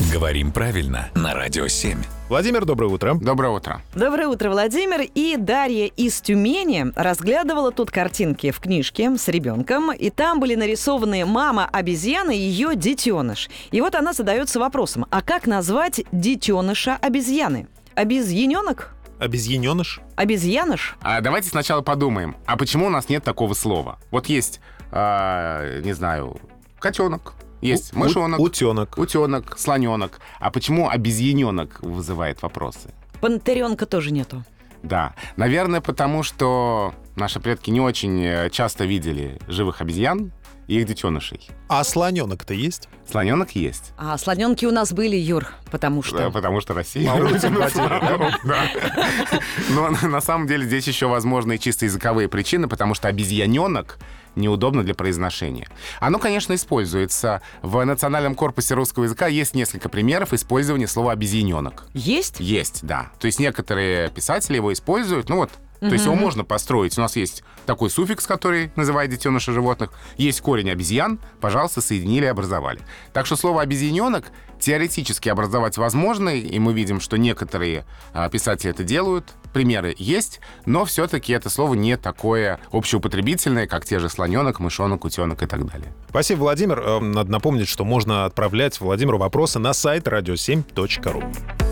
Говорим правильно на Радио 7. Владимир, доброе утро. Доброе утро. Доброе утро, Владимир. И Дарья из Тюмени разглядывала тут картинки в книжке с ребенком, и там были нарисованы мама-обезьяна и ее детеныш. И вот она задается вопросом, а как назвать детеныша обезьяны? Обезьяненок? Обезьяненыш? Обезьяныш? Давайте сначала подумаем, а почему у нас нет такого слова? Вот есть, не знаю, котенок, есть мышонок, утенок, слоненок. А почему обезьяненок вызывает вопросы? Пантеренка тоже нету. Да, наверное, потому что наши предки не очень часто видели живых обезьян и их детенышей. А слоненок-то есть? Слоненок есть. А слоненки у нас были, Юр, потому что... Потому что Россия. А улицам хватило, Да. Но на самом деле здесь еще возможны и чисто языковые причины, потому что обезьяненок неудобно для произношения. Оно, конечно, используется. В национальном корпусе русского языка есть несколько примеров использования слова «обезьяненок». Есть? Есть, да. То есть некоторые писатели его используют, то есть его можно построить. У нас есть такой суффикс, который называет детеныша животных. Есть корень обезьян, пожалуйста, соединили и образовали. Так что слово «обезьяненок» теоретически образовать возможно, и мы видим, что некоторые писатели это делают. Примеры есть, но все-таки это слово не такое общеупотребительное, как те же слоненок, мышонок, утенок и так далее. Спасибо, Владимир. Надо напомнить, что можно отправлять Владимиру вопросы на сайт radio7.ru.